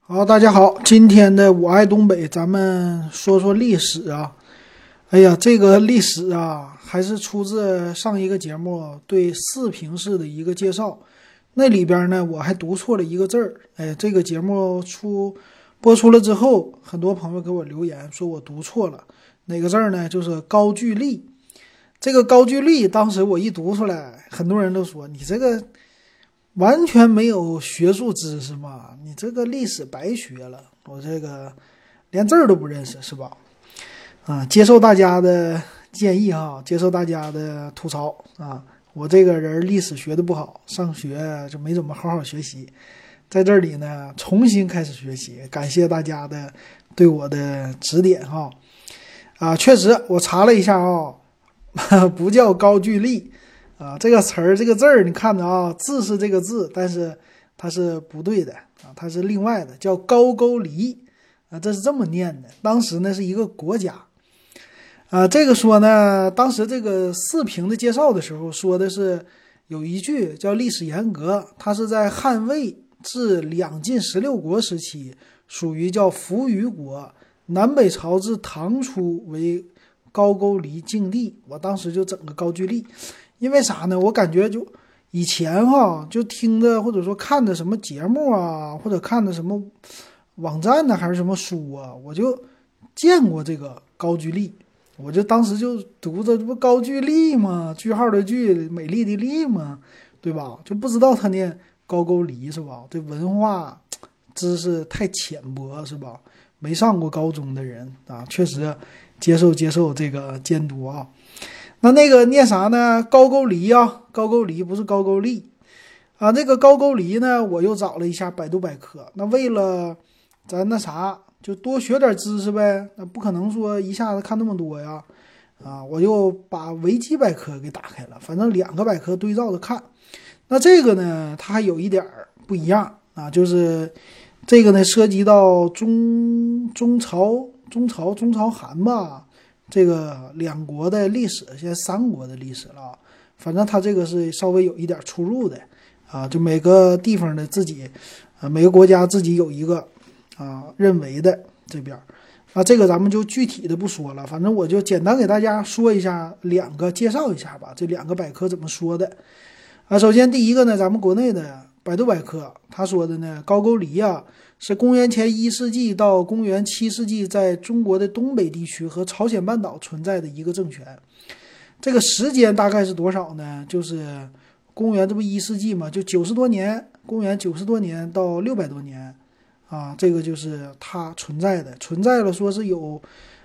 好，大家好，今天的我爱东北，咱们说说历史啊。哎呀，这个历史啊，还是出自上一个节目对四平市的一个介绍。那里边呢，我还读错了一个字儿。哎，这个节目播出了之后，很多朋友给我留言说我读错了，哪个字儿呢？就是高句丽。这个高句丽，当时我一读出来，很多人都说你这个完全没有学术知识嘛，你这个历史白学了，我这个连字儿都不认识是吧？接受大家的建议哈，接受大家的吐槽啊。我这个人历史学的不好，上学就没怎么好好学习，在这里呢重新开始学习，感谢大家的对我的指点哈。确实我查了一下不叫高句丽这个词儿这个字儿你看着字是这个字，但是它是不对的它是另外的，叫高句丽这是这么念的。当时呢是一个国家这个说呢，当时这个四平的介绍的时候说的是有一句叫历史沿革，它是在汉魏至两晋16国时期，属于叫扶余国，南北朝至唐初为高句丽境地。我当时就整个高句丽，因为啥呢？我感觉就以前就听着或者说看的什么节目或者看的什么网站呢，还是什么书我就见过这个高句丽。我就当时就读着，这不高句丽吗？句号的句，美丽的丽吗？对吧？就不知道他念高句丽是吧？这文化知识太浅薄是吧？没上过高中的人确实接受这个监督那个念啥呢？高句丽高句丽不是高句丽这个高句丽呢，我又找了一下百度百科。那为了咱那啥，就多学点知识呗，那不可能说一下子看那么多呀我又把维基百科给打开了，反正两个百科对照着看。那这个呢，它还有一点不一样就是这个呢涉及到中朝韩吧，这个两国的历史，现在三国的历史了反正它这个是稍微有一点出入的就每个地方的自己每个国家自己有一个认为的这边这个咱们就具体的不说了，反正我就简单给大家说一下两个，介绍一下吧，这两个百科怎么说的首先第一个呢，咱们国内的百度百科他说的呢，高句丽是公元前1世纪到公元7世纪在中国的东北地区和朝鲜半岛存在的一个政权。这个时间大概是多少呢？就是公元这不1世纪嘛，就90多年，公元90多年到600多年这个就是它存在了说是有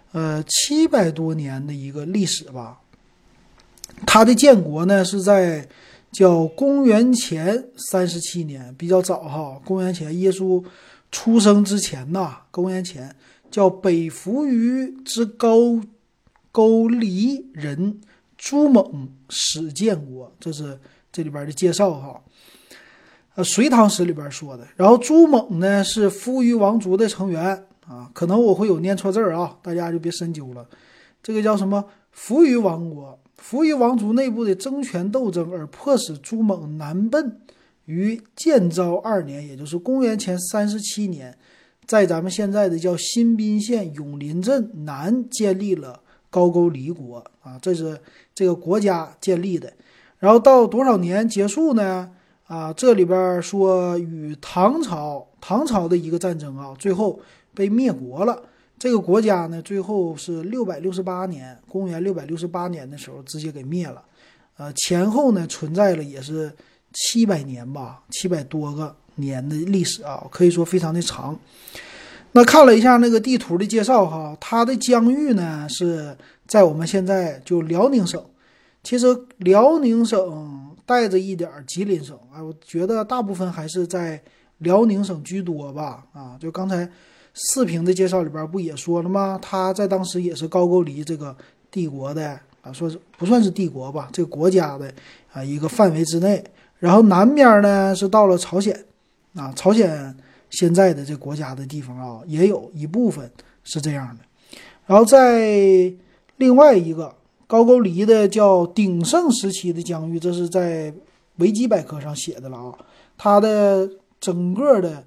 700多年的一个历史吧。它的建国呢是在叫公元前37年，比较早公元前耶稣出生之前公元前叫北扶余之高句丽人朱猛始建国，这是这里边的介绍隋唐史里边说的。然后朱猛呢是扶余王族的成员可能我会有念错字大家就别深究了。这个叫什么扶余王国，扶余王族内部的争权斗争而迫使朱猛南奔，于建昭2年，也就是公元前37年，在咱们现在的叫新宾县永林镇南建立了高句丽国这是这个国家建立的。然后到多少年结束呢？这里边说与唐朝的一个战争最后被灭国了。这个国家呢，最后是668年，公元668年的时候直接给灭了。前后呢存在了也是700年吧，700多个年的历史可以说非常的长。那看了一下那个地图的介绍它的疆域呢是在我们现在就辽宁省。其实辽宁省带着一点吉林省我觉得大部分还是在辽宁省居多吧就刚才四平的介绍里边不也说了吗？他在当时也是高句丽这个帝国的说是不算是帝国吧，这个国家的一个范围之内。然后南边呢是到了朝鲜朝鲜现在的这国家的地方也有一部分是这样的。然后在另外一个高句丽的叫鼎盛时期的疆域，这是在维基百科上写的了它的整个的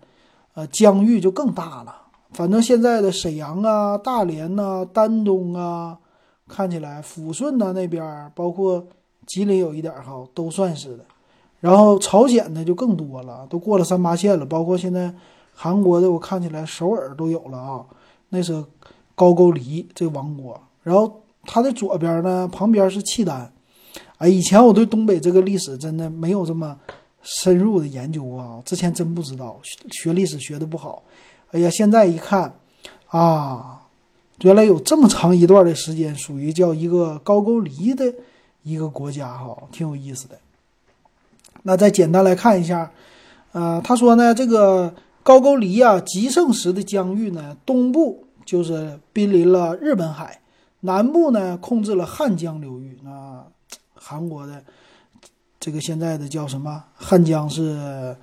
疆域就更大了。反正现在的沈阳啊、大连呐、丹东啊，看起来抚顺呐那边，包括吉林有一点哈，都算是的。然后朝鲜呢就更多了，都过了三八线了，包括现在韩国的，我看起来首尔都有了啊，那是高句丽这个王国。然后它的左边呢，旁边是契丹。哎，以前我对东北这个历史真的没有这么深入的研究啊，之前真不知道，学历史学的不好。哎呀，现在一看啊，原来有这么长一段的时间属于叫一个高句丽的一个国家哈，挺有意思的。那再简单来看一下，他说呢，这个高句丽啊，极盛时的疆域呢，东部就是濒临了日本海，南部呢控制了汉江流域。那韩国的这个现在的叫什么？汉江是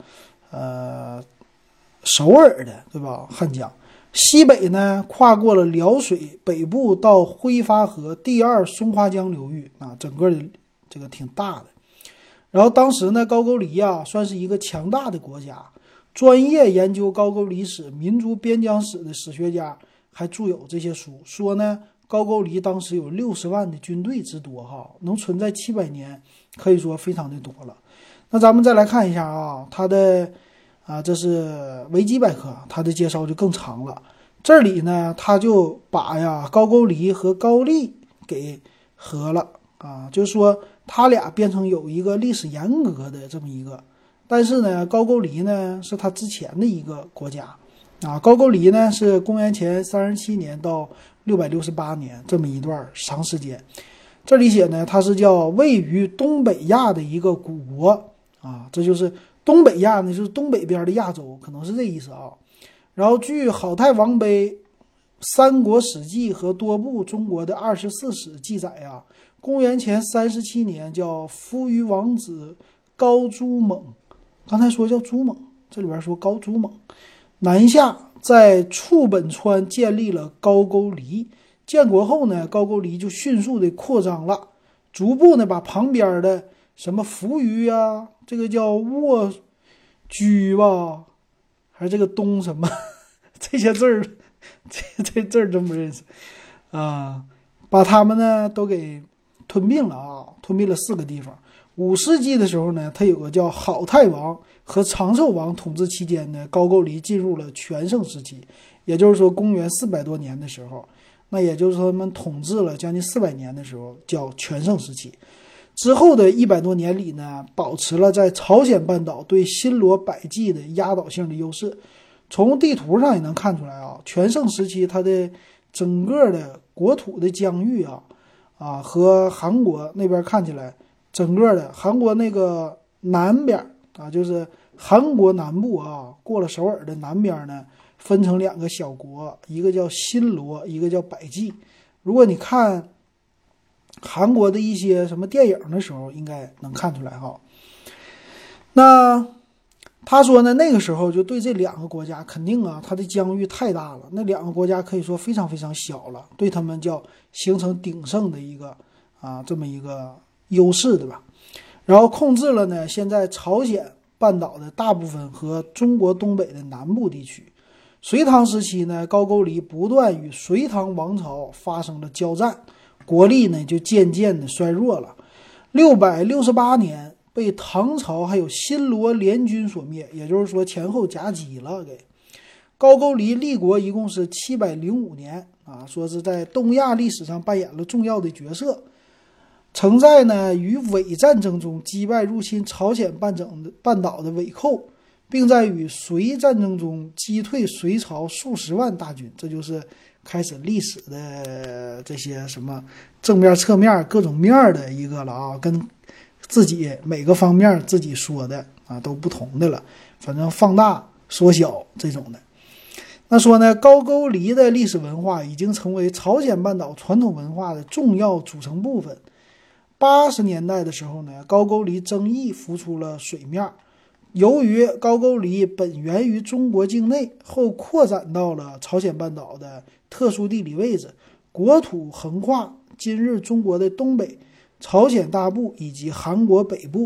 首尔的，对吧？汉江西北呢跨过了辽水，北部到挥发河第二松花江流域啊，整个的这个挺大的。然后当时呢，高句丽啊算是一个强大的国家，专业研究高句丽史、民族边疆史的史学家还著有这些书，说呢高句丽当时有60万的军队之多哈，能存在700年，可以说非常的多了。那咱们再来看一下啊，它的这是维基百科，它的介绍就更长了。这里呢，他就把高句丽和高丽给合了啊，就是说他俩变成有一个历史沿革的这么一个，但是呢，高句丽呢是他之前的一个国家啊，高句丽呢是公元前37年到668年这么一段长时间。这里写呢，它是叫位于东北亚的一个古国啊，这就是东北亚呢，就是东北边的亚洲，可能是这意思啊。然后据好太王碑、三国史记和多部中国的24史记载啊，公元前37年叫扶余王子高朱猛，刚才说叫朱猛，这里边说高朱猛，南下在处本川建立了高句丽。建国后呢，高句丽就迅速的扩张了，逐步呢把旁边的什么扶余啊，这个叫沃居吧，还是这个东什么这些字儿，这字儿真不认识啊，把他们呢都给吞并了啊，吞并了4个地方。5世纪的时候呢，它有个叫好太王和长寿王统治期间呢，高句丽进入了全盛时期，也就是说公元400多年的时候，那也就是说他们统治了将近400年的时候叫全盛时期。之后的100多年里呢，保持了在朝鲜半岛对新罗百济的压倒性的优势。从地图上也能看出来啊，全盛时期它的整个的国土的疆域啊和韩国那边看起来，整个的韩国那个南边啊，就是韩国南部啊，过了首尔的南边呢，分成2个小国，一个叫新罗，一个叫百济。如果你看韩国的一些什么电影的时候，应该能看出来哈。那他说呢，那个时候就对这2个国家肯定啊，它的疆域太大了，那2个国家可以说非常非常小了，对他们叫形成鼎盛的一个这么一个优势，对吧？然后控制了呢现在朝鲜半岛的大部分和中国东北的南部地区。隋唐时期呢，高句丽不断与隋唐王朝发生了交战，国力呢就渐渐的衰弱了。668年被唐朝还有新罗联军所灭，也就是说前后夹击了。高句丽立国一共是705年啊，说是在东亚历史上扮演了重要的角色。曾在呢与伪战争中击败入侵朝鲜半岛的伪寇，并在与隋战争中击退隋朝数十万大军。这就是开始历史的这些什么正面侧面各种面的一个了啊，跟自己每个方面自己说的都不同的了，反正放大缩小这种的。那说呢，高句丽的历史文化已经成为朝鲜半岛传统文化的重要组成部分。80年代的时候呢，高句丽争议浮出了水面。由于高句丽本源于中国境内，后扩展到了朝鲜半岛的特殊地理位置，国土横跨今日中国的东北、朝鲜大部以及韩国北部，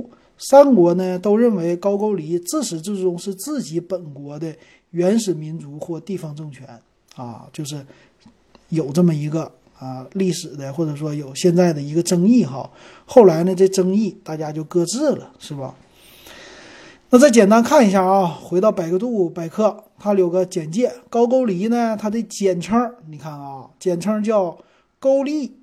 三国呢都认为高句丽自始至终是自己本国的原始民族或地方政权啊，就是有这么一个历史的，或者说有现在的一个争议哈。后来呢，这争议大家就搁置了，是吧？那再简单看一下啊，回到百度百科，它有个简介。高句丽呢，它的简称你看啊，简称叫高丽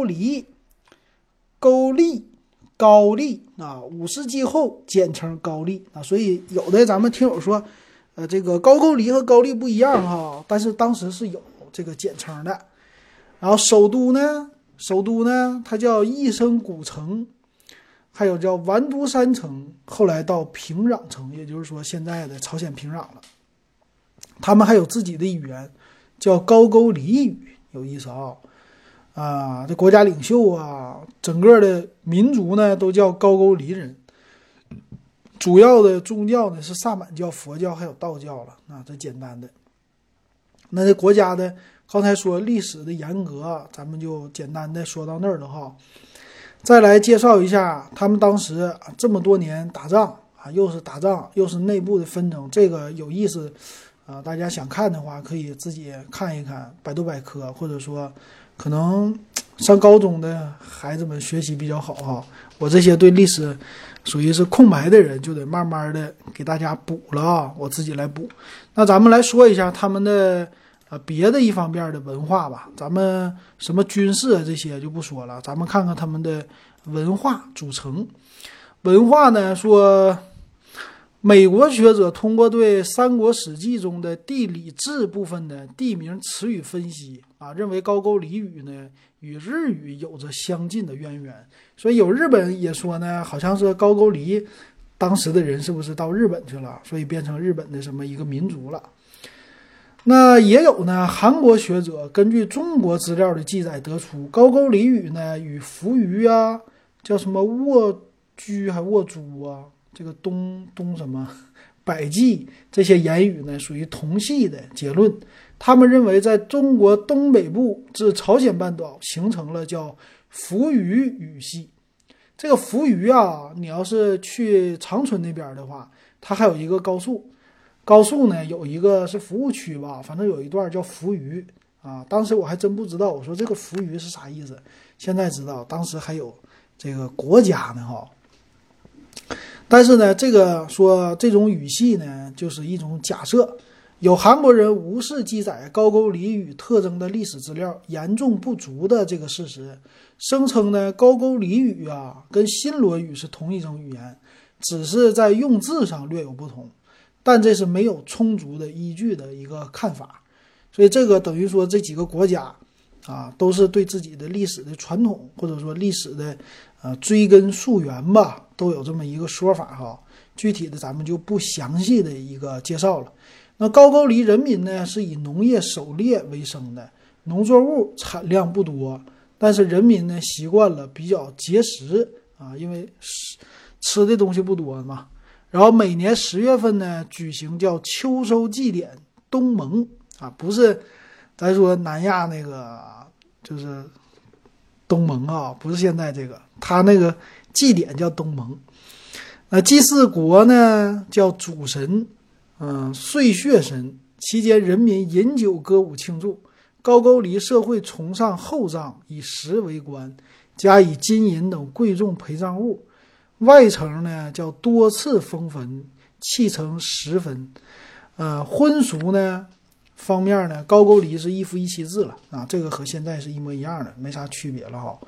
啊，5世纪后简称高丽啊。所以有的咱们听友说，这个高句丽和高丽不一样哈，但是当时是有这个简称的。然后首都呢，它叫义生古城，还有叫完都山城，后来到平壤城，也就是说现在的朝鲜平壤了。他们还有自己的语言，叫高句丽语，有意思这国家领袖啊，整个的民族呢都叫高句丽人。主要的宗教呢是萨满教、佛教还有道教了啊，这简单的。那这国家的刚才说历史的沿革，咱们就简单的说到那儿了哈。再来介绍一下他们当时这么多年打仗啊，又是打仗又是内部的纷争，这个有意思大家想看的话可以自己看一看百度百科，或者说可能上高中的孩子们学习比较好哈。我这些对历史属于是空白的人，就得慢慢的给大家补了啊，我自己来补。那咱们来说一下他们的别的一方面的文化吧，咱们什么军事这些就不说了，咱们看看他们的文化组成。文化呢，说美国学者通过对三国史记中的地理志部分的地名词语分析认为高句丽语呢与日语有着相近的渊源，所以有日本也说呢，好像是高句丽当时的人是不是到日本去了，所以变成日本的什么一个民族了。那也有呢，韩国学者根据中国资料的记载得出，高句丽语呢与扶余叫什么卧居还卧租这个东什么百济这些言语呢属于同系的结论。他们认为在中国东北部至朝鲜半岛形成了叫扶余语系。这个扶余你要是去长春那边的话，它还有一个高速呢有一个是服务区吧，反正有一段叫扶余当时我还真不知道，我说这个扶余是啥意思，现在知道，当时还有这个国家呢但是呢，这个说这种语系呢就是一种假设，有韩国人无视记载高句丽语特征的历史资料严重不足的这个事实，声称呢高句丽语跟新罗语是同一种语言，只是在用字上略有不同，但这是没有充足的依据的一个看法。所以这个等于说这几个国家都是对自己的历史的传统或者说历史的追根溯源吧，都有这么一个说法具体的咱们就不详细的一个介绍了。那高句丽人民呢是以农业狩猎为生的，农作物产量不多，但是人民呢习惯了比较节食因为吃的东西不多嘛。然后每年10月份呢举行叫秋收祭典东盟不是咱说南亚那个就是东盟不是现在这个，他那个祭典叫东盟。祭祀国呢叫主神岁血神，期间人民饮酒歌舞庆祝。高句丽社会崇尚厚葬，以石为官，加以金银等贵重陪葬物。外层呢叫多次封坟，砌成10坟。婚俗呢方面呢，高句丽是一夫一妻制了这个和现在是一模一样的，没啥区别了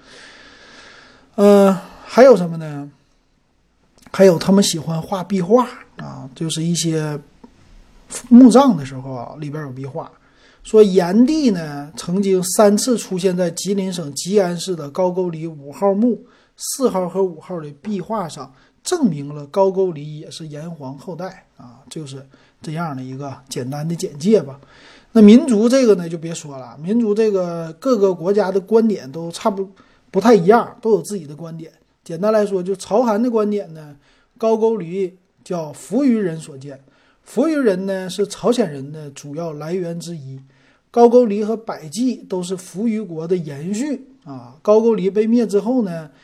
还有什么呢？还有他们喜欢画壁画就是一些墓葬的时候里边有壁画。说炎帝呢曾经3次出现在吉林省吉安市的高句丽5号墓、4号和5号的壁画上，证明了高句丽也是炎黄后代就是这样的一个简单的简介吧。那民族这个呢就别说了，民族这个各个国家的观点都不太一样，都有自己的观点。简单来说，就朝韩的观点呢，高句丽叫扶余人所建，扶余人呢是朝鲜人的主要来源之一。高句丽和百济都是扶余国的延续高句丽被灭之后呢，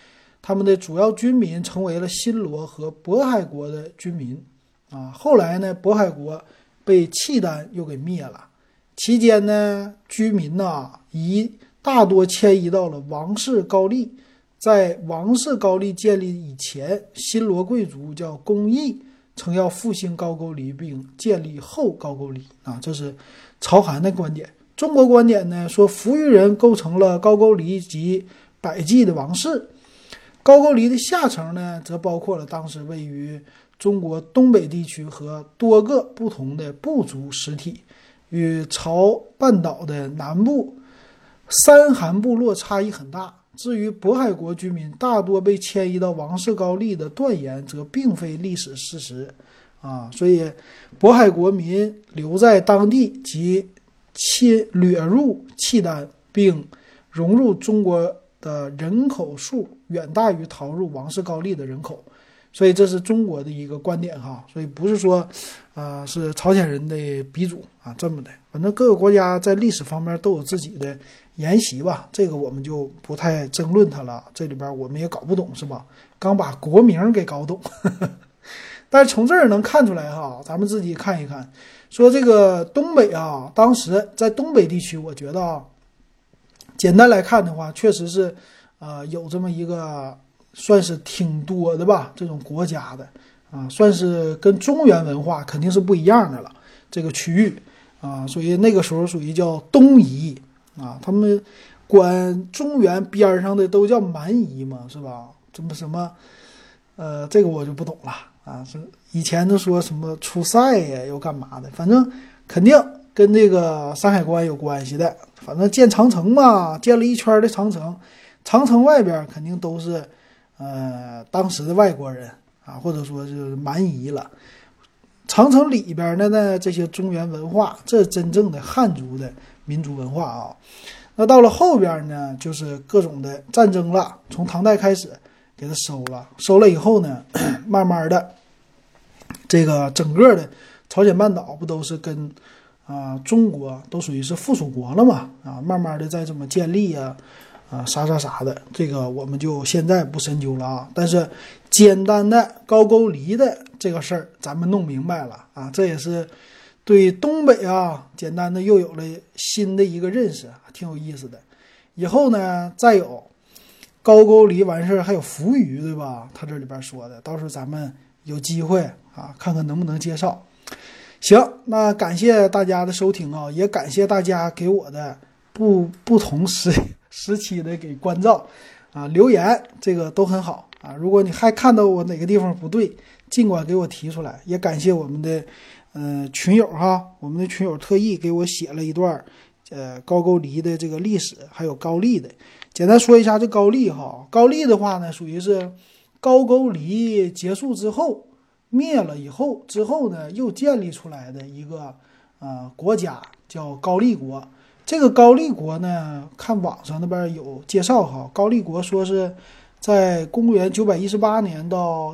他们的主要居民成为了新罗和渤海国的居民啊。后来呢，渤海国被契丹又给灭了，期间呢，居民大多迁移到了王室高丽。在王室高丽建立以前，新罗贵族叫公议，曾要复兴高句丽并建立后高句丽啊，这是朝韩的观点。中国观点呢说，扶余人构成了高句丽及百济的王室。高句丽的下层呢，则包括了当时位于中国东北地区和多个不同的部族实体，与朝半岛的南部三韩部落差异很大。至于渤海国居民大多被迁移到王室高丽的断言，则并非历史事实啊。所以渤海国民留在当地及掠入契丹，并融入中国的人口数远大于逃入王室高丽的人口。所以这是中国的一个观点哈，所以不是说是朝鲜人的鼻祖啊这么的。反正各个国家在历史方面都有自己的沿袭吧，这个我们就不太争论它了，这里边我们也搞不懂是吧？刚把国名给搞懂但是从这儿能看出来哈，咱们自己看一看，说这个东北啊，当时在东北地区，我觉得简单来看的话，确实是有这么一个算是挺多的吧，这种国家的啊，算是跟中原文化肯定是不一样的了，这个区域啊，所以那个时候属于叫东夷啊，他们管中原边上的都叫蛮夷嘛，是吧？什么这个我就不懂了啊，是以前都说什么出塞呀，又干嘛的，反正肯定跟这个山海关有关系的。反正建长城嘛，建了一圈的长城，长城外边肯定都是当时的外国人啊，或者说是蛮夷了。长城里边的呢，这些中原文化，这真正的汉族的民族文化啊。那到了后边呢，就是各种的战争了，从唐代开始给它收了以后呢，慢的这个整个的朝鲜半岛不都是跟中国都属于是附属国了嘛啊，慢慢的再这么建立啥的，这个我们就现在不深究了啊。但是简单的高句丽的这个事儿咱们弄明白了啊，这也是对东北简单的又有了新的一个认识，挺有意思的。以后呢再有高句丽完事儿还有扶余，对吧？他这里边说的，到时候咱们有机会看看能不能介绍。行，那感谢大家的收听也感谢大家给我的不同时期的给关照留言，这个都很好如果你还看到我哪个地方不对，尽管给我提出来。也感谢我们的群友我们的群友特意给我写了一段高句丽的这个历史，还有高丽的。简单说一下这高丽高丽的话呢，属于是高句丽结束之后灭了以后之后呢，又建立出来的一个国家叫高丽国。这个高丽国呢，看网上那边有介绍高丽国说是在公元918年到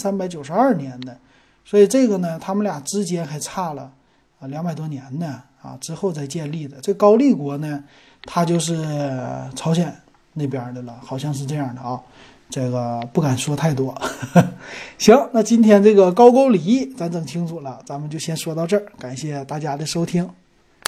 1392年的，所以这个呢，他们俩之间还差了200多年呢之后才建立的。这高丽国呢，它就是朝鲜那边的了，好像是这样的这个不敢说太多行，那今天这个高句丽咱整清楚了，咱们就先说到这儿，感谢大家的收听。